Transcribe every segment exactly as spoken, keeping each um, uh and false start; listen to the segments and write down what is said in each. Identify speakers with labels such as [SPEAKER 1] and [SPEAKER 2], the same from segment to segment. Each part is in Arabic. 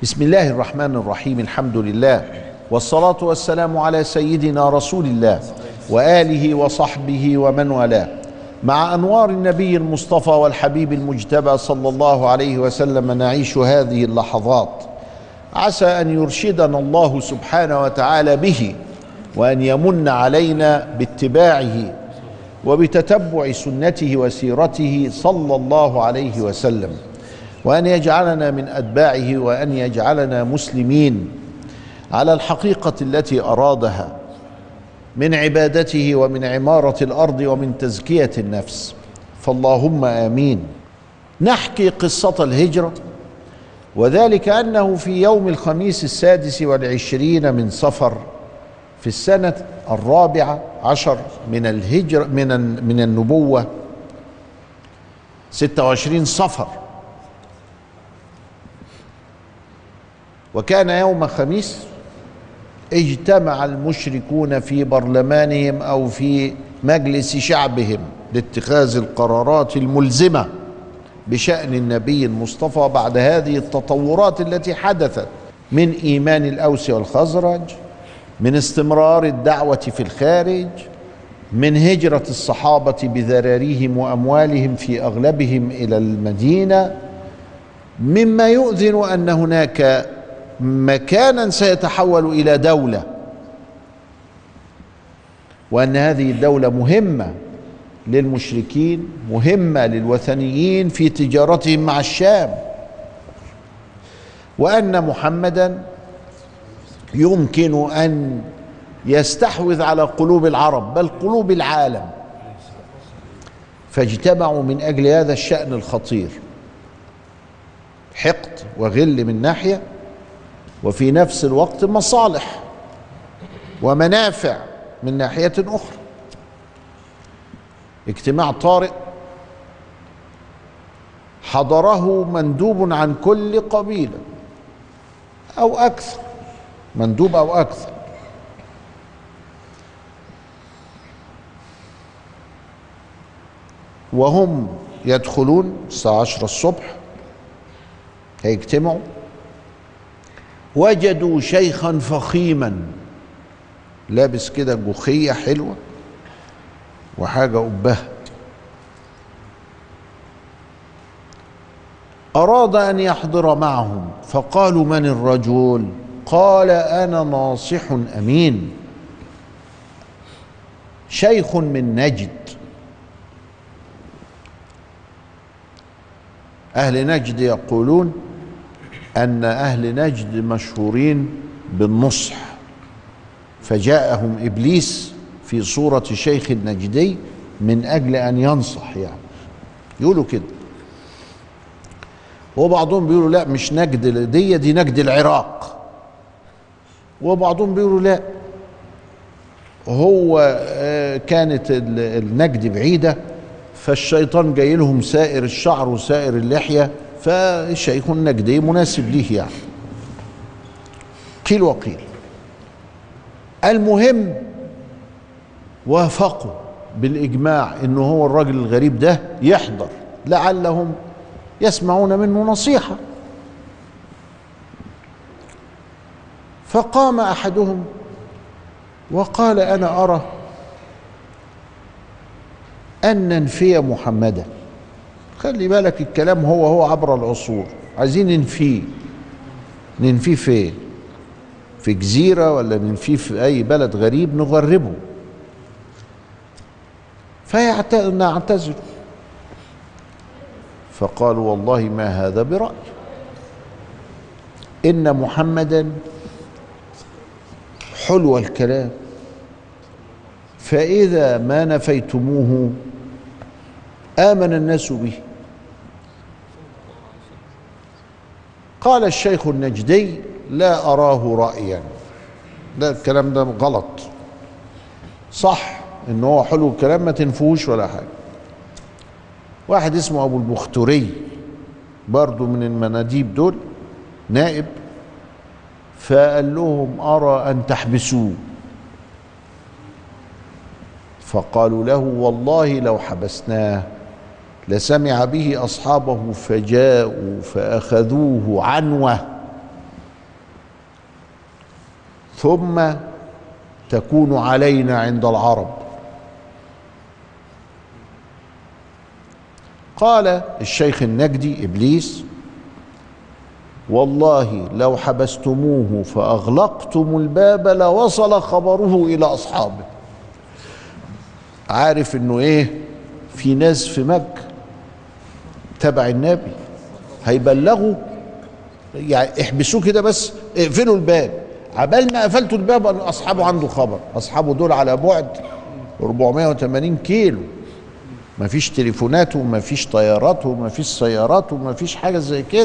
[SPEAKER 1] بسم الله الرحمن الرحيم. الحمد لله والصلاة والسلام على سيدنا رسول الله وآله وصحبه ومن والاه، مع أنوار النبي المصطفى والحبيب المجتبى صلى الله عليه وسلم نعيش هذه اللحظات. عسى أن يرشدنا الله سبحانه وتعالى به، وأن يمن علينا باتباعه وبتتبع سنته وسيرته صلى الله عليه وسلم، وأن يجعلنا من أتباعه، وأن يجعلنا مسلمين على الحقيقة التي أرادها من عبادته ومن عمارة الأرض ومن تزكية النفس، فاللهم آمين. نحكي قصة الهجرة، وذلك أنه في يوم الخميس السادس والعشرين من صفر في السنة الرابعة عشر من الهجرة من من النبوة، ستة وعشرين صفر، وكان يوم خميس، اجتمع المشركون في برلمانهم أو في مجلس شعبهم لاتخاذ القرارات الملزمة بشأن النبي المصطفى بعد هذه التطورات التي حدثت من إيمان الأوس والخزرج، من استمرار الدعوة في الخارج، من هجرة الصحابة بذراريهم وأموالهم في أغلبهم إلى المدينة، مما يؤذن أن هناك مكانا سيتحول إلى دولة، وأن هذه الدولة مهمة للمشركين، مهمة للوثنيين في تجارتهم مع الشام، وأن محمدا يمكن أن يستحوذ على قلوب العرب بل قلوب العالم. فاجتمعوا من أجل هذا الشأن الخطير، حقد وغل من ناحية، وفي نفس الوقت مصالح ومنافع من ناحية أخرى. اجتماع طارئ حضره مندوب عن كل قبيلة أو أكثر، مندوب أو أكثر، وهم يدخلون الساعة عشرة الصبح، هيجتمعوا، وجدوا شيخا فخيما لابس كده جوخية حلوة وحاجة أبهة، أراد أن يحضر معهم، فقالوا: من الرجل؟ قال: أنا ناصح أمين، شيخ من نجد. أهل نجد يقولون أن أهل نجد مشهورين بالنصح، فجاءهم إبليس في صورة شيخ نجدي من أجل أن ينصح، يعني يقولوا كده. وبعضهم بيقولوا لا، مش نجد دي دي نجد العراق، وبعضهم بيقولوا لا، هو كانت النجد بعيدة، فالشيطان جاي لهم سائر الشعر وسائر اللحية، فالشيخ النجدي مناسب ليه يعني. قيل وقيل. المهم وافقوا بالإجماع إنه هو الراجل الغريب ده يحضر، لعلهم يسمعون منه نصيحة. فقام أحدهم وقال: أنا أرى أن ننفي محمدا. خلي بالك الكلام هو هو عبر العصور، عايزين ننفيه. ننفيه فين؟ في جزيرة ولا ننفيه في أي بلد غريب نغربه؟ فنعتذر. فقالوا: والله ما هذا برأي، إن محمدا حلو الكلام، فإذا ما نفيتموه آمن الناس به. قال الشيخ النجدي: لا أراه رأيا، ده الكلام ده غلط، صح إن هو حلو الكلام ما تنفوش ولا حاجة. واحد اسمه أبو البختري برضو من المناديب دول، نائب، فقال لهم: أرى أن تحبسوه. فقالوا له: والله لو حبسناه لسمع به أصحابه فجاءوا فأخذوه عنوة ثم تكون علينا عند العرب. قال الشيخ النجدي إبليس: والله لو حبستموه فأغلقتم الباب لوصل خبره إلى أصحابه. عارف إنه إيه؟ في ناس في مكة تبع النبي هيبلغوا، يعني احبسوه كده بس، اقفلوا الباب. عبال ما قفلتوا الباب أصحابه عنده خبر. أصحابه دول على بعد أربعمائة وثمانين كيلو، ما فيش تليفونات وما فيش طيارات وما فيش سيارات وما فيش حاجة زي كده.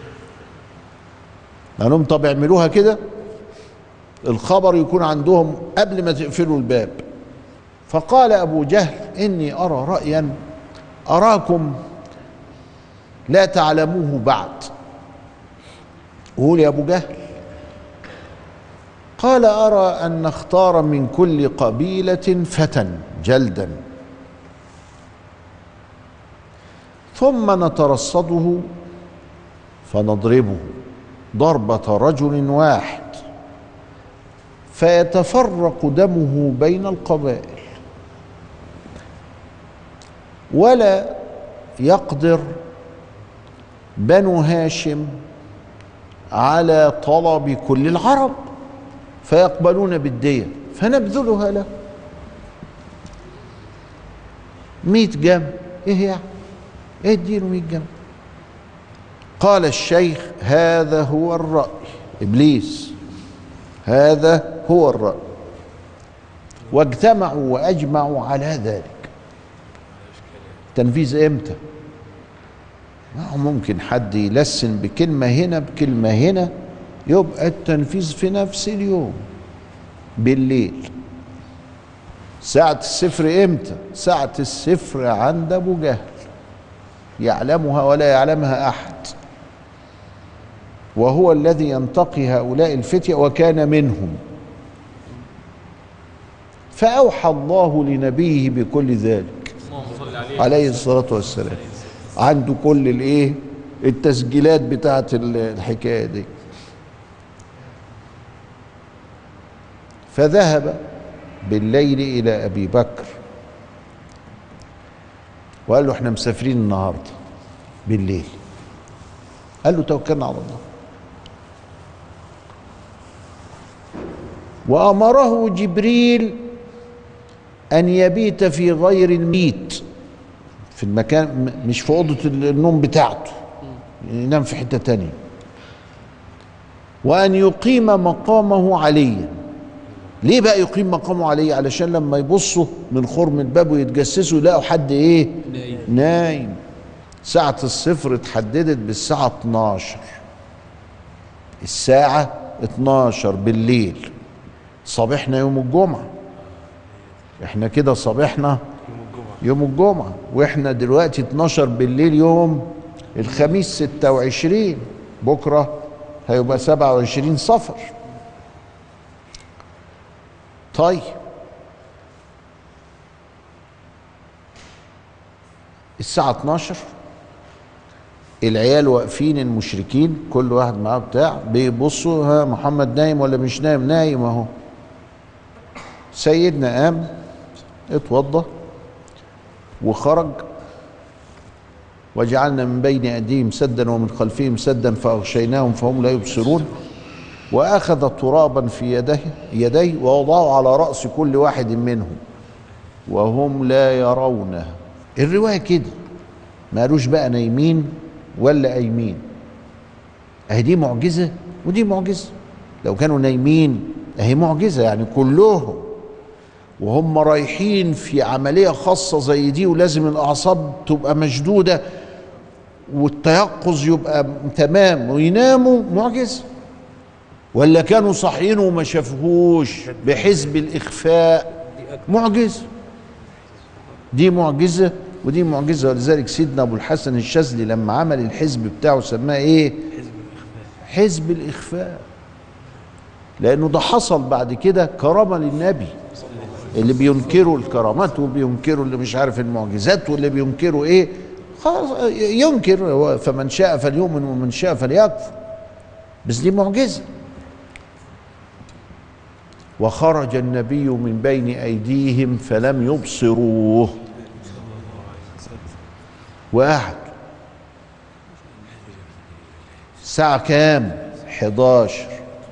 [SPEAKER 1] قالوا طب اعملوها كده، الخبر يكون عندهم قبل ما تقفلوا الباب. فقال أبو جهل: إني أرى رأيا أراكم لا تعلموه بعد. قول يا أبو جهل. قال: أرى أن نختار من كل قبيلة فتى جلدا، ثم نترصده فنضربه ضربة رجل واحد فيتفرق دمه بين القبائل، ولا يقدر بنو هاشم على طلب كل العرب فيقبلون بالدية فنبذلها له. مئة جمل ايه يعني؟ ايه اديله مئة جمل؟ قال الشيخ: هذا هو الرأي. إبليس: هذا هو الرأي. واجتمعوا وأجمعوا على ذلك. تنفيذ امتى؟ ما هو ممكن حد يلسن بكلمة هنا بكلمة هنا، يبقى التنفيذ في نفس اليوم بالليل. ساعة الصفر امتى؟ ساعة الصفر عند أبو جهل، يعلمها ولا يعلمها أحد، وهو الذي ينتقي هؤلاء الفتية وكان منهم. فأوحى الله لنبيه بكل ذلك عليه الصلاة والسلام. عنده كل الايه التسجيلات بتاعت الحكاية دي. فذهب بالليل إلى أبي بكر وقال له: احنا مسافرين النهارده بالليل. قال له: توكلنا على الله. وأمره جبريل أن يبيت في غير الميت، في المكان مش في أوضة النوم بتاعته، ينام في حتة تانية. وأن يقيم مقامه عليا. ليه بقى يقيم مقامه عليا؟ علشان لما يبصوا من خرم الباب ويتجسسوا يلاقوا حد ايه؟ نايم. نايم. ساعة الصفر اتحددت بالساعة اتناشر، الساعة اتناشر بالليل. صباحنا يوم الجمعة، احنا كده صباحنا يوم الجمعة، واحنا دلوقتي اتناشر بالليل يوم الخميس ستة وعشرين، بكرة هيبقى سبعة وعشرين صفر. طيب الساعة اتناشر، العيال واقفين المشركين كل واحد معاه بتاع، بيبصوا: ها محمد نايم ولا مش نايم؟ نايم اهو. سيدنا قام اتوضى وخرج: وجعلنا من بين ايديهم سدا ومن خلفهم سدا فاغشيناهم فهم لا يبصرون. واخذ ترابا في يديه يديه ووضعه على راس كل واحد منهم وهم لا يرونه. الروايه كده، ما قالوش بقى نايمين ولا قايمين. اهي دي معجزه ودي معجزه. لو كانوا نايمين اهي معجزه، يعني كلهم وهم رايحين في عمليه خاصه زي دي، ولازم الاعصاب تبقى مشدوده والتيقظ يبقى تمام ويناموا، معجزه. ولا كانوا صاحيين وما شافوهوش بحزب الاخفاء، معجزه. دي معجزه ودي معجزه. ولذلك سيدنا ابو الحسن الشاذلي لما عمل الحزب بتاعه سماه ايه؟ حزب الاخفاء. لانه ده حصل بعد كده كرامه للنبي. اللي بينكروا الكرامات وبينكروا اللي مش عارف المعجزات واللي بينكروا ايه، خلاص ينكر. فمن شاء فليؤمن ومن شاء فليكفر. بس دي معجزه. وخرج النبي من بين أيديهم فلم يبصروه، وقعد. الساعة كام؟ حداشر.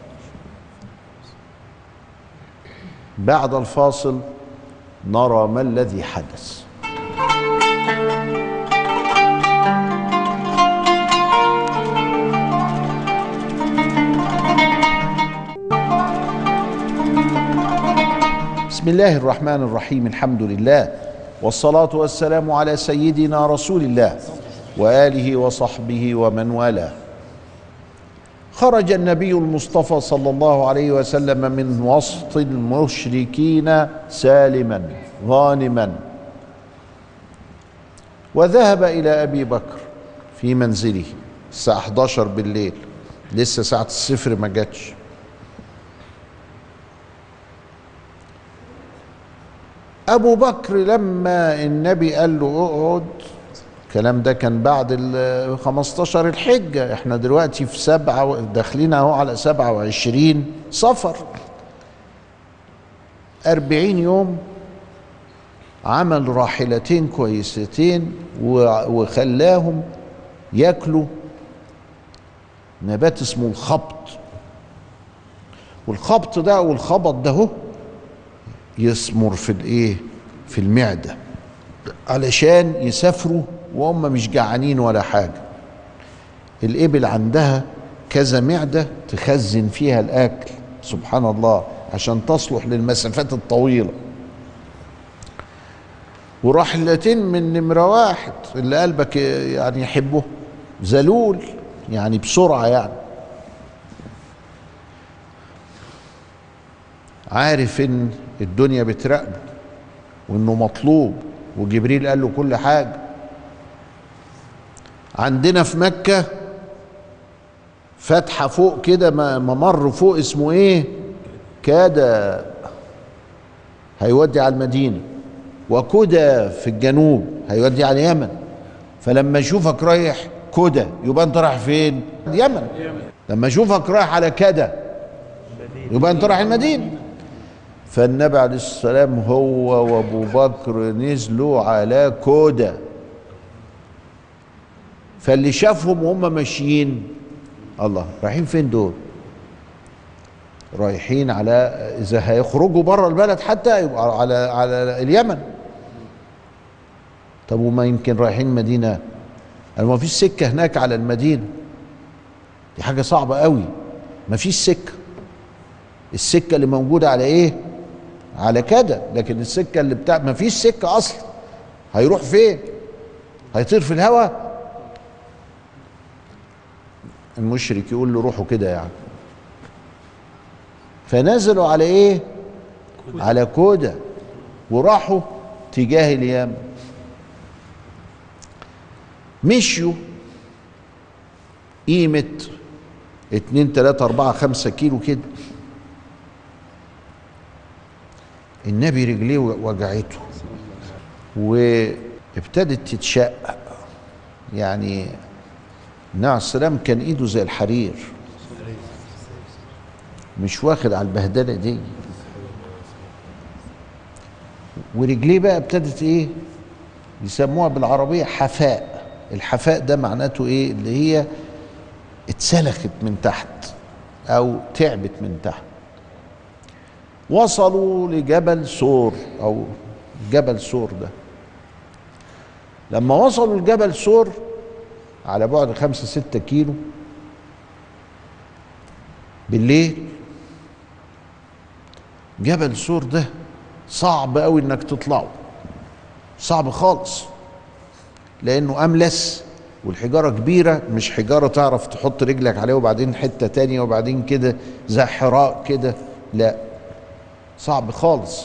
[SPEAKER 1] بعد الفاصل نرى ما الذي حدث. بسم الله الرحمن الرحيم، الحمد لله والصلاة والسلام على سيدنا رسول الله وآله وصحبه ومن والاه. خرج النبي المصطفى صلى الله عليه وسلم من وسط المشركين سالما غانما، وذهب إلى أبي بكر في منزله الساعة حداشر بالليل، لسه ساعة الصفر ما جاتش. أبو بكر لما النبي قال له اقعد، الكلام ده كان بعد ال خمستاشر الحجة، احنا دلوقتي في سبعة داخلين اهو على سبعة وعشرين صفر، أربعين يوم. عمل راحلتين كويستين وخلاهم ياكلوا نبات اسمه الخبط، والخبط ده او الخبط ده هو يثمر في الايه في المعده علشان يسافروا وهم مش جعانين ولا حاجه. الابل عندها كذا معده تخزن فيها الاكل، سبحان الله، عشان تصلح للمسافات الطويله. ورحلتين من نمره واحد اللي قلبك يعني يحبه، ذلول يعني بسرعه، يعني عارف ان الدنيا بتراقبه وانه مطلوب، وجبريل قال له كل حاجه. عندنا في مكه فتحه فوق كده، ممر فوق اسمه ايه كده، هيودي على المدينه، وكده في الجنوب هيودي على اليمن. فلما اشوفك رايح كده يبقى انت رايح فين؟ اليمن. لما اشوفك رايح على كده يبقى انت رايح المدينه. فالنبي عليه السلام هو وابو بكر نزلوا على كودا، فاللي شافهم وهم ماشيين الله رايحين فين دول؟ رايحين على، اذا هيخرجوا بره البلد حتى يبقى على على اليمن. طب وما يمكن رايحين مدينه؟ ما فيش سكه هناك على المدينه، دي حاجه صعبه قوي، ما فيش سكه. السكه اللي موجوده على ايه؟ على كده، لكن السكه اللي بتاع ما فيش سكه اصلا. هيروح فين؟ هيطير في الهواء؟ المشرك يقول له روحوا كده يعني. فنزلوا على ايه؟ على كودا، وراحوا تجاه اليمن. مشيوا قيمة اتنين تلاتة اربعة خمسة كيلو كده. النبي رجليه وجعته وابتدت تتشقق، يعني النبي عليه السلام كان ايده زي الحرير، مش واخد على البهدله دي. ورجليه بقى ابتدت ايه يسموها بالعربيه حفاء. الحفاء ده معناته ايه؟ اللي هي اتسلخت من تحت او تعبت من تحت. وصلوا لجبل سور او جبل سور ده. لما وصلوا لجبل سور على بعد خمسة ستة كيلو بالليل، جبل سور ده صعب قوي انك تطلعه، صعب خالص، لانه املس والحجاره كبيره، مش حجاره تعرف تحط رجلك عليه وبعدين حته تانية وبعدين كده زي حراء كده، لا، صعب خالص.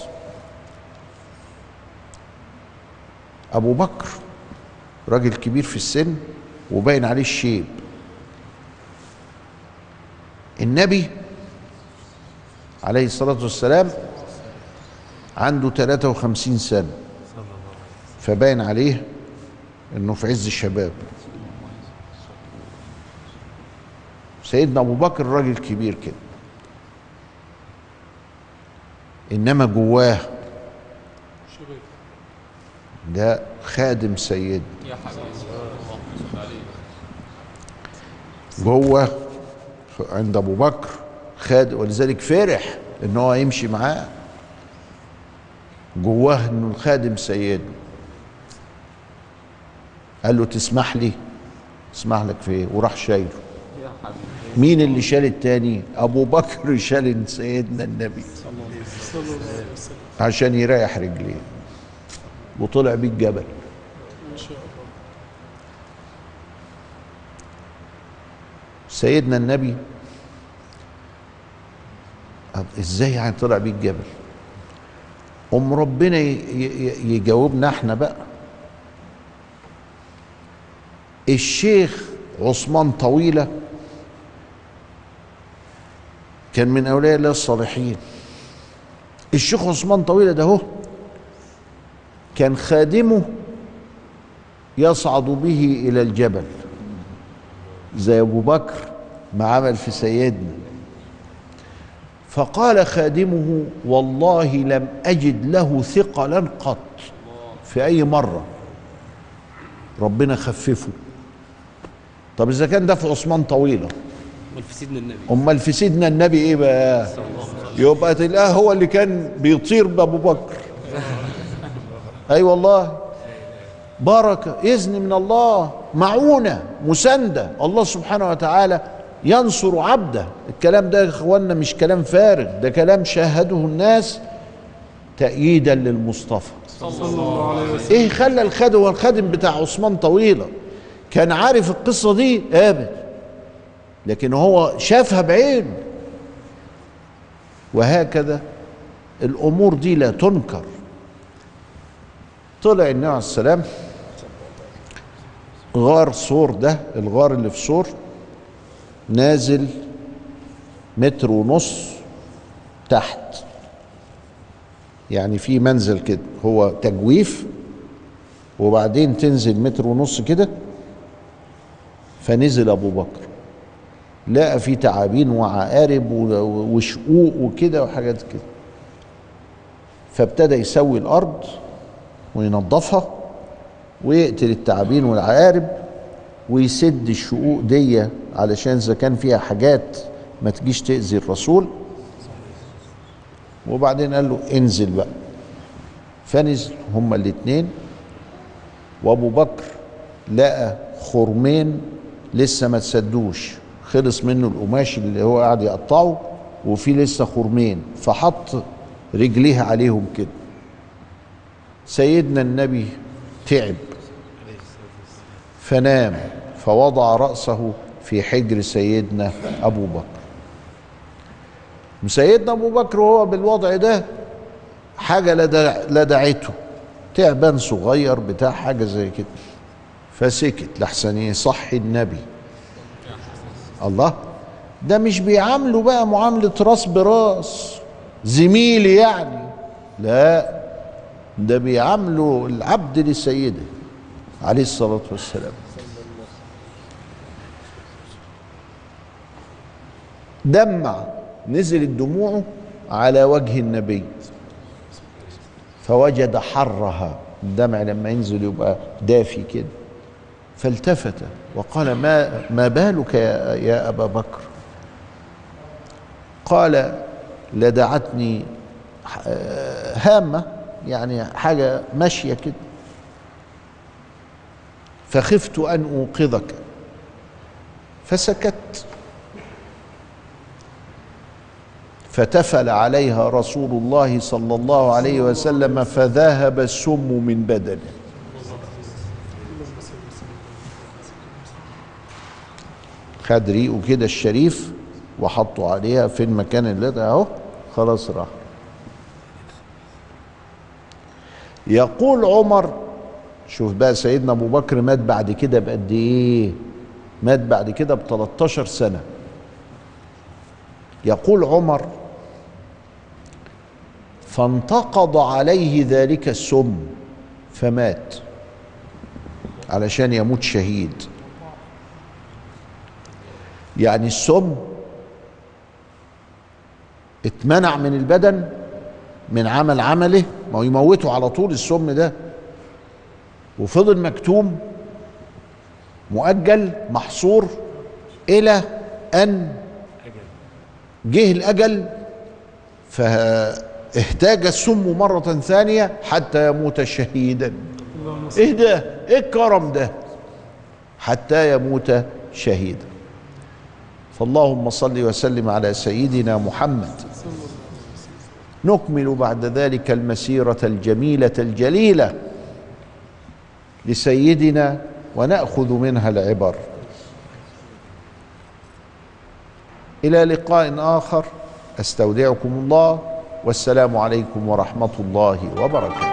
[SPEAKER 1] ابو بكر راجل كبير في السن وباين عليه الشيب. النبي عليه الصلاة والسلام عنده ثلاثة وخمسين سنة، فباين عليه انه في عز الشباب. سيدنا ابو بكر راجل كبير كده. انما جواه ده خادم سيدنا جوه عند ابو بكر خادم، ولذلك فرح ان هو يمشي معاه. جواه انه الخادم سيدنا. قال له تسمح لي؟ اسمح لك في ايه؟ وراح شايله. مين اللي شال التاني؟ ابو بكر شال سيدنا النبي صلى الله عليه وسلم عشان يريح رجليه، وطلع بيه الجبل. ما شاء الله. سيدنا النبي ازاي يعني طلع بيه الجبل؟ ام ربنا يجاوبنا احنا بقى. الشيخ عثمان طويلة كان من اولياء الله الصالحين. الشيخ عثمان طويلة ده هو كان خادمه يصعد به الى الجبل زي ابو بكر ما عمل في سيدنا. فقال خادمه والله لم اجد له ثقلا قط في اي مرة، ربنا خففه. طب اذا كان ده في عثمان طويلة،
[SPEAKER 2] امال في سيدنا النبي
[SPEAKER 1] امال في سيدنا النبي ايه بقى؟ يبقى تلاقيه هو اللي كان بيطير بابو بكر. اي أيوة والله، بركة، إذن من الله، معونة، مساندة. الله سبحانه وتعالى ينصر عبده. الكلام ده يا اخوانا مش كلام فارغ، ده كلام شاهده الناس تأييدا للمصطفى صلى الله عليه وسلم. ايه خلى الخادم والخادم بتاع عثمان طويلة كان عارف القصة دي؟ ابدا، لكن هو شافها بعينه. وهكذا الامور دي لا تنكر. طلع النبي عليه السلام غار صور، ده الغار اللي في صور، نازل متر ونص تحت، يعني في منزل كده، هو تجويف وبعدين تنزل متر ونص كده. فنزل ابو بكر لقى في تعابين وعقارب وشقوق وكده وحاجات كده، فابتدى يسوي الارض وينظفها ويقتل التعابين والعقارب ويسد الشقوق دي علشان اذا كان فيها حاجات ما تجيش تأذي الرسول. وبعدين قال له انزل بقى. فنزل هما الاتنين، وابو بكر لقى خرمين لسه ما تسدوش، خلص منه القماش اللي هو قاعد يقطعه وفي لسه خرمين، فحط رجليه عليهم كده. سيدنا النبي تعب فنام، فوضع رأسه في حجر سيدنا أبو بكر. سيدنا أبو بكر وهو بالوضع ده حاجة لدعته، تعبان صغير بتاع حاجة زي كده، فسكت لحسن يصحي النبي. الله، ده مش بيعامله بقى معاملة راس براس زميلي يعني، لا، ده بيعامله العبد لسيده عليه الصلاة والسلام. دمع، نزلت دموعه على وجه النبي فوجد حرها. الدمع لما ينزل يبقى دافي كده. فالتفت وقال ما ما بالك يا, يا أبا بكر؟ قال لدعتني هامة، يعني حاجة ماشية كده، فخفت أن أوقظك فسكت. فتفل عليها رسول الله صلى الله عليه وسلم فذهب السم من بدنه. خد ريقه كده الشريف وحطه عليها في المكان اللي ده اهو، خلاص راح. يقول عمر، شوف بقى سيدنا ابو بكر مات بعد كده بقد ايه؟ مات بعد كده ب تلتاشر سنة. يقول عمر فانتقض عليه ذلك السم فمات علشان يموت شهيد. يعني السم اتمنع من البدن من عمل عمله، ما هو يموته على طول السم ده، وفضل مكتوم مؤجل محصور إلى أن جه الأجل فاهتاج السم مرة ثانية حتى يموت شهيدا. ايه ده؟ ايه الكرم ده؟ حتى يموت شهيدا. فاللهم صل وسلم على سيدنا محمد. نكمل بعد ذلك المسيرة الجميلة الجليلة لسيدنا ونأخذ منها العبر. إلى لقاء آخر، أستودعكم الله، والسلام عليكم ورحمة الله وبركاته.